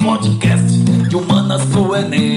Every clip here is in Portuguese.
Podcast de Humanas pro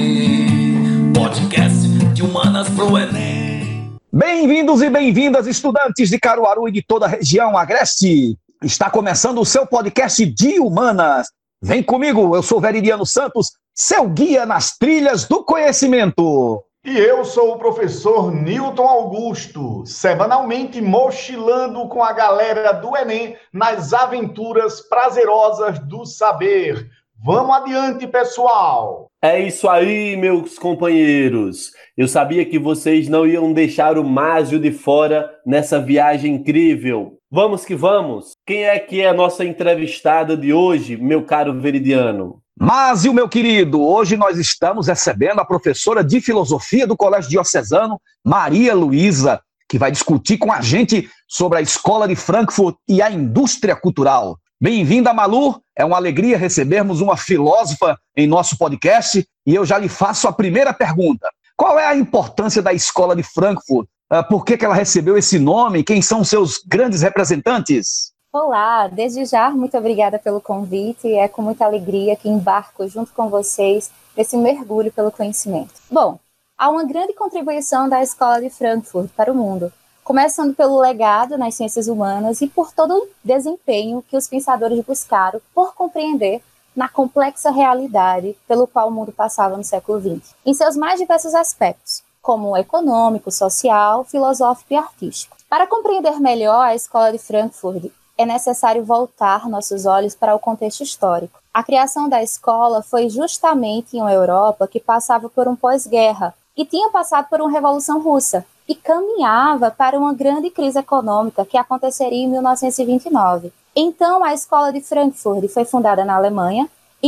Enem. Podcast de Humanas pro Enem. Bem-vindos e bem-vindas, estudantes de Caruaru e de toda a região agreste. Está começando o seu podcast de Humanas. Vem comigo, eu sou Veridiano Santos, seu guia nas trilhas do conhecimento. E eu sou o professor Newton Augusto, semanalmente mochilando com a galera do Enem nas aventuras prazerosas do saber. Vamos adiante, pessoal! É isso aí, meus companheiros. Eu sabia que vocês não iam deixar o Másio de fora nessa viagem incrível. Vamos que vamos! Quem é que é a nossa entrevistada de hoje, meu caro Veridiano? Másio, meu querido, hoje nós estamos recebendo a professora de Filosofia do Colégio Diocesano, Maria Luísa, que vai discutir com a gente sobre a Escola de Frankfurt e a indústria cultural. Bem-vinda, Malu, é uma alegria recebermos uma filósofa em nosso podcast e eu já lhe faço a primeira pergunta. Qual é a importância da Escola de Frankfurt? Por que ela recebeu esse nome? Quem são seus grandes representantes? Olá, desde já, muito obrigada pelo convite. É com muita alegria que embarco junto com vocês nesse mergulho pelo conhecimento. Bom, há uma grande contribuição da Escola de Frankfurt para o mundo, começando pelo legado nas ciências humanas e por todo o desempenho que os pensadores buscaram por compreender na complexa realidade pelo qual o mundo passava no século XX, em seus mais diversos aspectos, como o econômico, social, filosófico e artístico. Para compreender melhor a Escola de Frankfurt, é necessário voltar nossos olhos para o contexto histórico. A criação da escola foi justamente em uma Europa que passava por um pós-guerra e tinha passado por uma Revolução Russa e caminhava para uma grande crise econômica que aconteceria em 1929. Então, a Escola de Frankfurt foi fundada na Alemanha em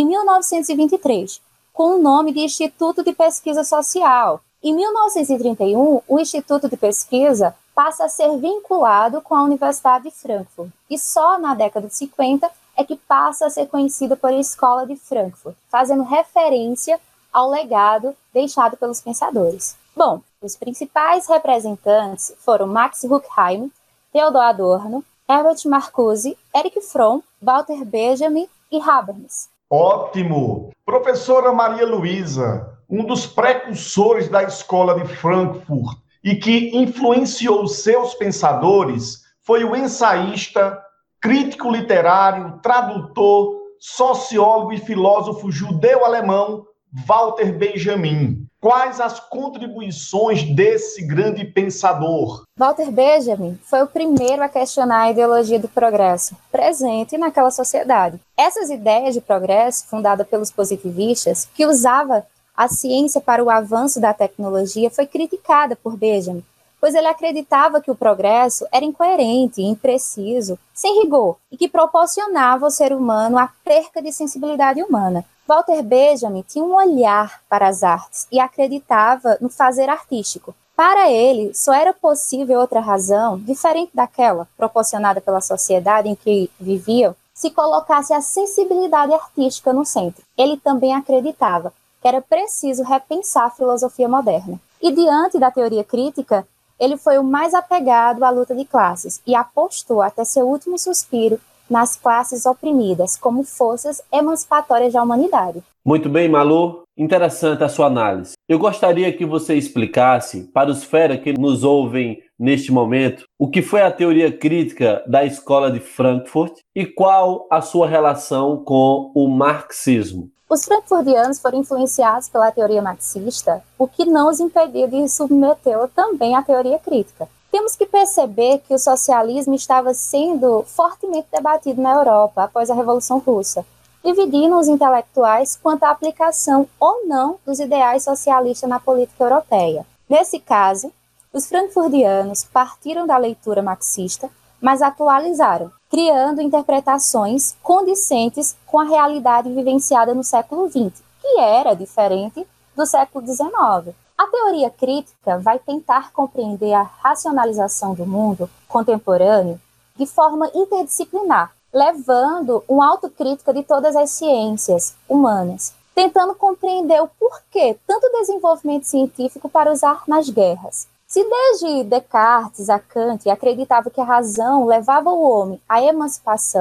1923, com o nome de Instituto de Pesquisa Social. Em 1931, o Instituto de Pesquisa passa a ser vinculado com a Universidade de Frankfurt. E só na década de 50 é que passa a ser conhecida por Escola de Frankfurt, fazendo referência ao legado deixado pelos pensadores. Bom, os principais representantes foram Max Horkheim, Theodor Adorno, Herbert Marcuse, Erich Fromm, Walter Benjamin e Habermas. Ótimo! Professora Maria Luísa, um dos precursores da Escola de Frankfurt e que influenciou seus pensadores foi o ensaísta, crítico literário, tradutor, sociólogo e filósofo judeu-alemão Walter Benjamin. Quais as contribuições desse grande pensador? Walter Benjamin foi o primeiro a questionar a ideologia do progresso, presente naquela sociedade. Essas ideias de progresso, fundadas pelos positivistas, que usava a ciência para o avanço da tecnologia, foi criticada por Benjamin, pois ele acreditava que o progresso era incoerente, impreciso, sem rigor, e que proporcionava ao ser humano a perca de sensibilidade humana. Walter Benjamin tinha um olhar para as artes e acreditava no fazer artístico. Para ele, só era possível outra razão, diferente daquela proporcionada pela sociedade em que viviam, se colocasse a sensibilidade artística no centro. Ele também acreditava que era preciso repensar a filosofia moderna. E diante da teoria crítica, ele foi o mais apegado à luta de classes e apostou até seu último suspiro nas classes oprimidas como forças emancipatórias da humanidade. Muito bem, Malu. Interessante a sua análise. Eu gostaria que você explicasse para os fera que nos ouvem neste momento o que foi a teoria crítica da Escola de Frankfurt e qual a sua relação com o marxismo. Os frankfurtianos foram influenciados pela teoria marxista, o que não os impediu de submetê-la também à teoria crítica. Temos que perceber que o socialismo estava sendo fortemente debatido na Europa após a Revolução Russa, dividindo os intelectuais quanto à aplicação ou não dos ideais socialistas na política europeia. Nesse caso, os frankfurtianos partiram da leitura marxista, mas atualizaram, criando interpretações condizentes com a realidade vivenciada no século XX, que era diferente do século XIX. A teoria crítica vai tentar compreender a racionalização do mundo contemporâneo de forma interdisciplinar, levando uma autocrítica de todas as ciências humanas, tentando compreender o porquê tanto desenvolvimento científico para usar nas guerras. Se desde Descartes a Kant acreditava que a razão levava o homem à emancipação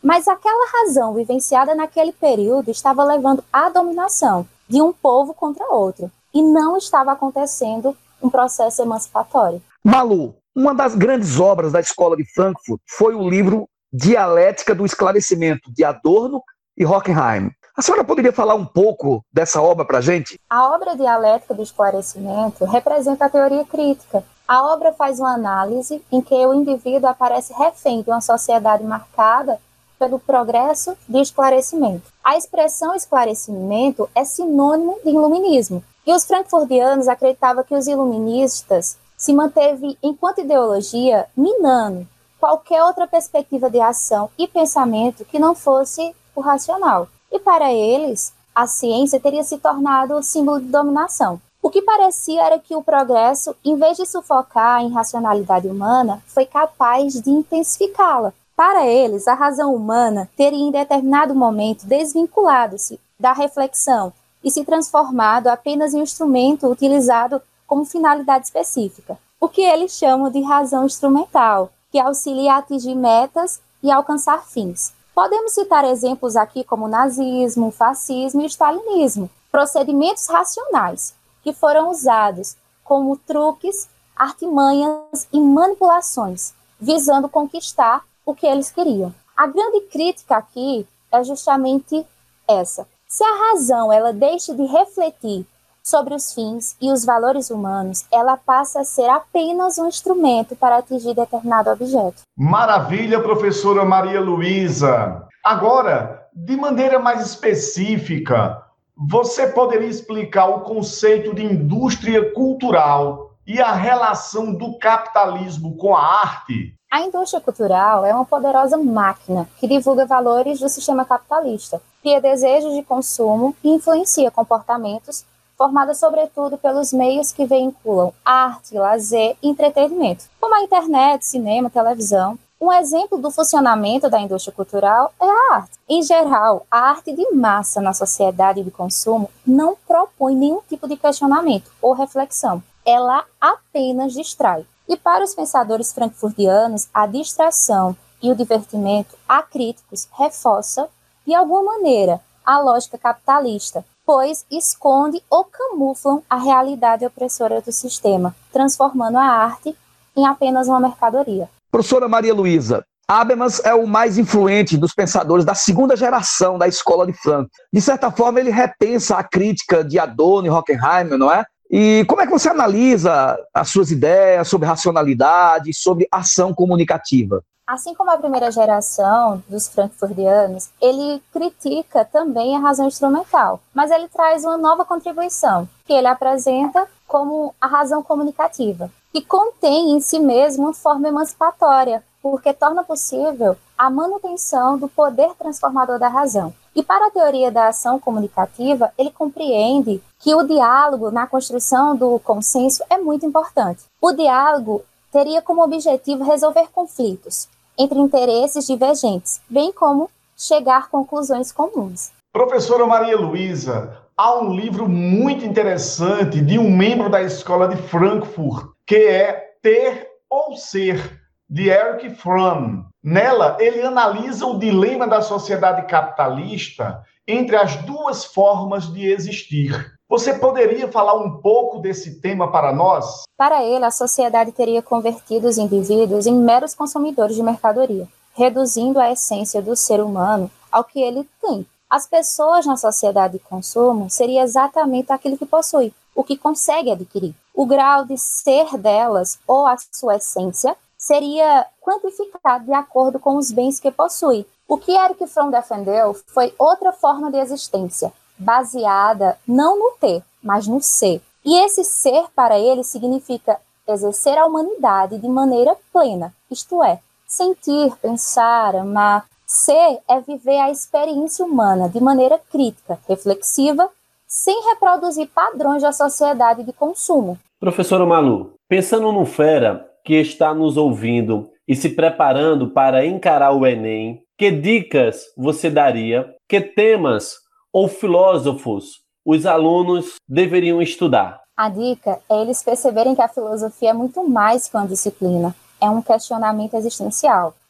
Mas aquela razão vivenciada naquele período estava levando à dominação de um povo contra outro, e não estava acontecendo um processo emancipatório. Malu, uma das grandes obras da Escola de Frankfurt foi o livro Dialética do Esclarecimento, de Adorno e Horkheim. A senhora poderia falar um pouco dessa obra para a gente? A obra Dialética do Esclarecimento representa a teoria crítica. A obra faz uma análise em que o indivíduo aparece refém de uma sociedade marcada pelo progresso de esclarecimento. A expressão esclarecimento é sinônimo de iluminismo. E os frankfurtianos acreditavam que os iluministas se manteve enquanto ideologia minando qualquer outra perspectiva de ação e pensamento que não fosse o racional. E para eles, a ciência teria se tornado símbolo de dominação. O que parecia era que o progresso, em vez de sufocar a irracionalidade humana, foi capaz de intensificá-la. Para eles, a razão humana teria em determinado momento desvinculado-se da reflexão e se transformado apenas em um instrumento utilizado como finalidade específica, o que eles chamam de razão instrumental, que auxilia a atingir metas e alcançar fins. Podemos citar exemplos aqui como o nazismo, o fascismo e o stalinismo, procedimentos racionais que foram usados como truques, artimanhas e manipulações, visando conquistar o que eles queriam. A grande crítica aqui é justamente essa. Se a razão ela deixa de refletir sobre os fins e os valores humanos, ela passa a ser apenas um instrumento para atingir determinado objeto. Maravilha, professora Maria Luísa. Agora, de maneira mais específica, você poderia explicar o conceito de indústria cultural e a relação do capitalismo com a arte? A indústria cultural é uma poderosa máquina que divulga valores do sistema capitalista, cria desejos de consumo e influencia comportamentos formada sobretudo pelos meios que vinculam arte, lazer e entretenimento, como a internet, cinema, televisão. Um exemplo do funcionamento da indústria cultural é a arte. Em geral, a arte de massa na sociedade de consumo não propõe nenhum tipo de questionamento ou reflexão. Ela apenas distrai. E para os pensadores frankfurtianos, a distração e o divertimento acríticos reforçam, de alguma maneira, a lógica capitalista, pois esconde ou camuflam a realidade opressora do sistema, transformando a arte em apenas uma mercadoria. Professora Maria Luísa, Habermas é o mais influente dos pensadores da segunda geração da Escola de Frankfurt. De certa forma, ele repensa a crítica de Adorno e Horkheim, não é? E como é que você analisa as suas ideias sobre racionalidade e sobre ação comunicativa? Assim como a primeira geração dos frankfurtianos, ele critica também a razão instrumental, mas ele traz uma nova contribuição, que ele apresenta como a razão comunicativa, que contém em si mesmo uma forma emancipatória, porque torna possível a manutenção do poder transformador da razão. E para a teoria da ação comunicativa, ele compreende que o diálogo na construção do consenso é muito importante. O diálogo teria como objetivo resolver conflitos entre interesses divergentes, bem como chegar a conclusões comuns. Professora Maria Luísa, há um livro muito interessante de um membro da Escola de Frankfurt, que é Ter ou Ser, de Erich Fromm. Nela, ele analisa o dilema da sociedade capitalista entre as duas formas de existir. Você poderia falar um pouco desse tema para nós? Para ele, a sociedade teria convertido os indivíduos em meros consumidores de mercadoria, reduzindo a essência do ser humano ao que ele tem. As pessoas na sociedade de consumo seria exatamente aquilo que possui, o que consegue adquirir. O grau de ser delas, ou a sua essência, seria quantificado de acordo com os bens que possui. O que Erich Fromm defendeu foi outra forma de existência, baseada não no ter, mas no ser. E esse ser, para ele, significa exercer a humanidade de maneira plena, isto é, sentir, pensar, amar. Ser é viver a experiência humana de maneira crítica, reflexiva, sem reproduzir padrões da sociedade de consumo. Professora Malu, pensando no fera que está nos ouvindo e se preparando para encarar o Enem, que dicas você daria? Que temas ou filósofos os alunos deveriam estudar? A dica é eles perceberem que a filosofia é muito mais que uma disciplina, é um questionamento existencial.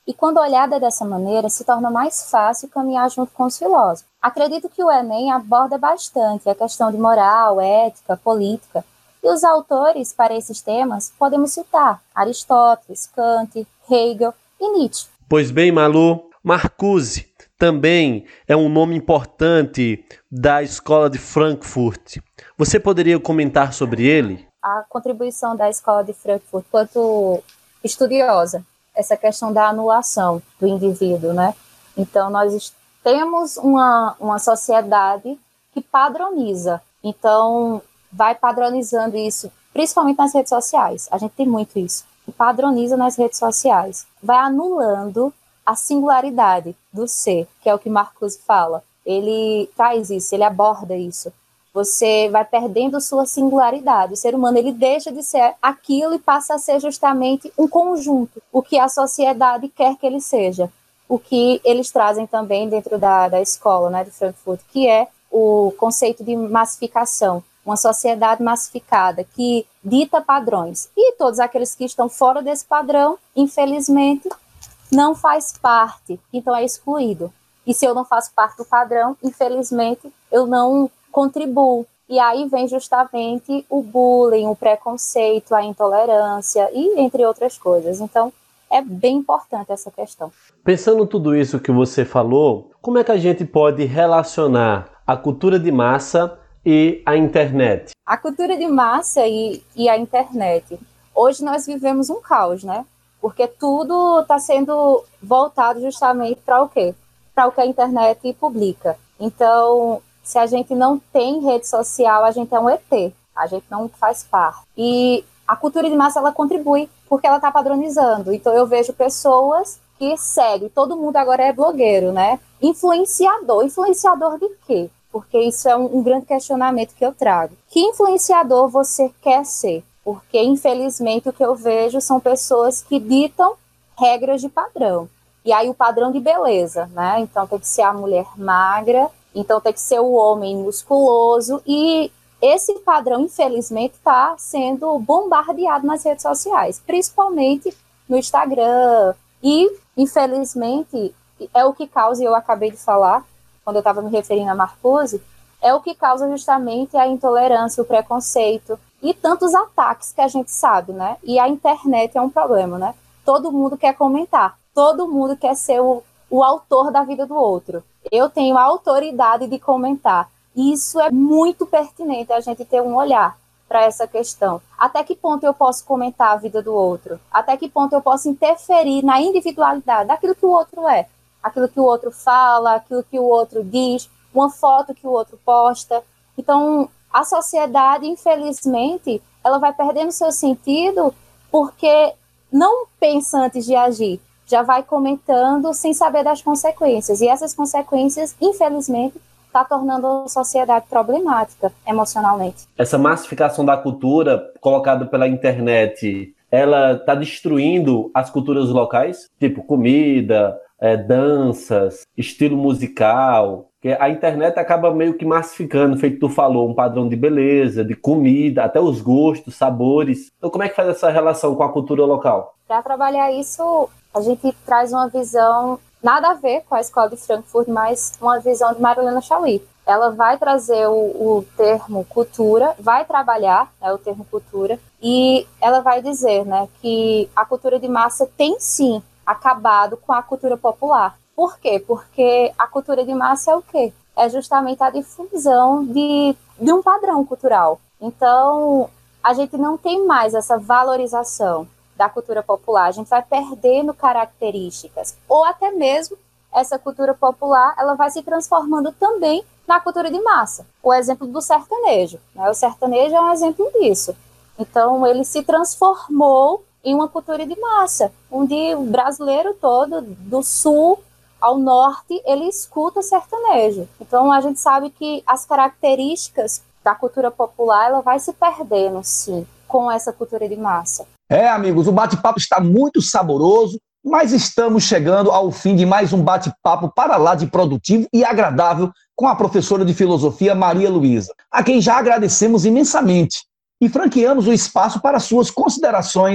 E quando olhada dessa maneira, se torna mais fácil caminhar junto com os filósofos. Acredito que o Enem aborda bastante a questão de moral, ética, política. E os autores para esses temas podemos citar Aristóteles, Kant, Hegel e Nietzsche. Pois bem, Malu, Marcuse também é um nome importante da Escola de Frankfurt. Você poderia comentar sobre ele? A contribuição da Escola de Frankfurt quanto estudiosa, essa questão da anulação do indivíduo, né? Então, nós temos uma sociedade que padroniza. Então, vai padronizando isso, principalmente nas redes sociais. A gente tem muito isso. Padroniza nas redes sociais. Vai anulando a singularidade do ser, que é o que Marcuse fala. Ele traz isso, ele aborda isso. Você vai perdendo sua singularidade. O ser humano, ele deixa de ser aquilo e passa a ser justamente um conjunto, o que a sociedade quer que ele seja. O que eles trazem também dentro da escola, né, de Frankfurt, que é o conceito de massificação. Uma sociedade massificada que dita padrões. E todos aqueles que estão fora desse padrão, infelizmente, não faz parte, então é excluído. E se eu não faço parte do padrão, infelizmente, eu não contribuo. E aí vem justamente o bullying, o preconceito, a intolerância e entre outras coisas. Então, é bem importante essa questão. Pensando tudo isso que você falou, como é que a gente pode relacionar a cultura de massa e a internet? A cultura de massa e a internet. Hoje nós vivemos um caos, né? Porque tudo está sendo voltado justamente para o quê? Para o que a internet publica. Então, se a gente não tem rede social, a gente é um ET. A gente não faz parte. E a cultura de massa, ela contribui, porque ela está padronizando. Então, eu vejo pessoas que seguem. Todo mundo agora é blogueiro, né? Influenciador. Influenciador de quê? Porque isso é um grande questionamento que eu trago. Que influenciador você quer ser? Porque, infelizmente, o que eu vejo são pessoas que ditam regras de padrão. E aí o padrão de beleza, né? Então tem que ser a mulher magra, então tem que ser o homem musculoso. E esse padrão, infelizmente, está sendo bombardeado nas redes sociais, principalmente no Instagram. E, infelizmente, é o que causa, e eu acabei de falar, quando eu estava me referindo a Marcuse, é o que causa justamente a intolerância, o preconceito e tantos ataques que a gente sabe, né? E a internet é um problema, né? Todo mundo quer comentar, todo mundo quer ser o autor da vida do outro. Eu tenho a autoridade de comentar. E isso é muito pertinente, a gente ter um olhar para essa questão. Até que ponto eu posso comentar a vida do outro? Até que ponto eu posso interferir na individualidade daquilo que o outro é? Aquilo que o outro fala, aquilo que o outro diz, uma foto que o outro posta. Então, a sociedade, infelizmente, ela vai perdendo seu sentido porque não pensa antes de agir, já vai comentando sem saber das consequências. E essas consequências, infelizmente, está tornando a sociedade problemática emocionalmente. Essa massificação da cultura colocada pela internet, ela está destruindo as culturas locais? Tipo comida, danças, estilo musical. Que a internet acaba meio que massificando, feito tu falou, um padrão de beleza, de comida, até os gostos, sabores. Então como é que faz essa relação com a cultura local? Para trabalhar isso, a gente traz uma visão, nada a ver com a Escola de Frankfurt, mas uma visão de Marilena Chaui. Ela vai trazer o termo cultura, vai trabalhar o termo cultura, e ela vai dizer, né, que a cultura de massa tem sim acabado com a cultura popular. Por quê? Porque a cultura de massa é o quê? É justamente a difusão de um padrão cultural. Então, a gente não tem mais essa valorização da cultura popular, a gente vai perdendo características, ou até mesmo essa cultura popular, ela vai se transformando também na cultura de massa. O exemplo do sertanejo, né? O sertanejo é um exemplo disso. Então, ele se transformou em uma cultura de massa, onde o brasileiro todo, do sul ao norte, ele escuta sertanejo. Então, a gente sabe que as características da cultura popular, ela vai se perdendo, sim, com essa cultura de massa. Amigos, o bate-papo está muito saboroso, mas estamos chegando ao fim de mais um bate-papo para lá de produtivo e agradável com a professora de filosofia Maria Luísa, a quem já agradecemos imensamente e franqueamos o espaço para suas considerações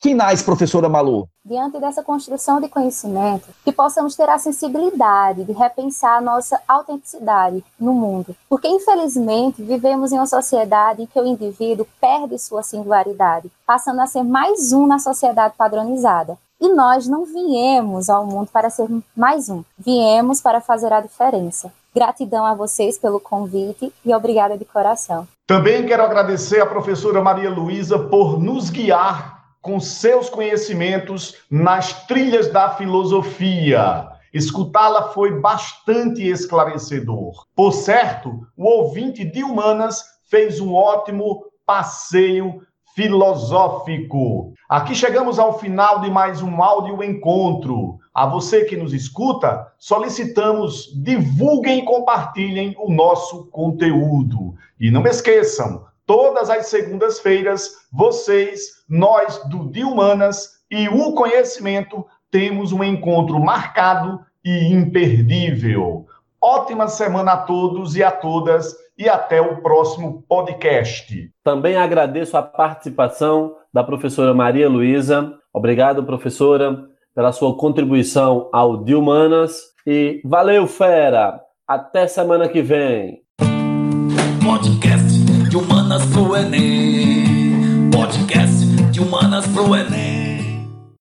finais, professora Malu. Diante dessa construção de conhecimento, que possamos ter a sensibilidade de repensar a nossa autenticidade no mundo. Porque, infelizmente, vivemos em uma sociedade em que o indivíduo perde sua singularidade, passando a ser mais um na sociedade padronizada. E nós não viemos ao mundo para ser mais um, viemos para fazer a diferença. Gratidão a vocês pelo convite e obrigada de coração. Também quero agradecer à professora Maria Luísa por nos guiar com seus conhecimentos nas trilhas da filosofia. Escutá-la foi bastante esclarecedor. Por certo, o ouvinte de humanas fez um ótimo passeio filosófico. Aqui chegamos ao final de mais um áudio encontro. A você que nos escuta, solicitamos, divulguem e compartilhem o nosso conteúdo. E não esqueçam, todas as segundas-feiras, vocês, nós do De Humanas e o Conhecimento, temos um encontro marcado e imperdível. Ótima semana a todos e a todas e até o próximo podcast. Também agradeço a participação da professora Maria Luísa. Obrigado, professora, pela sua contribuição ao De Humanas. E valeu, fera! Até semana que vem! Podcast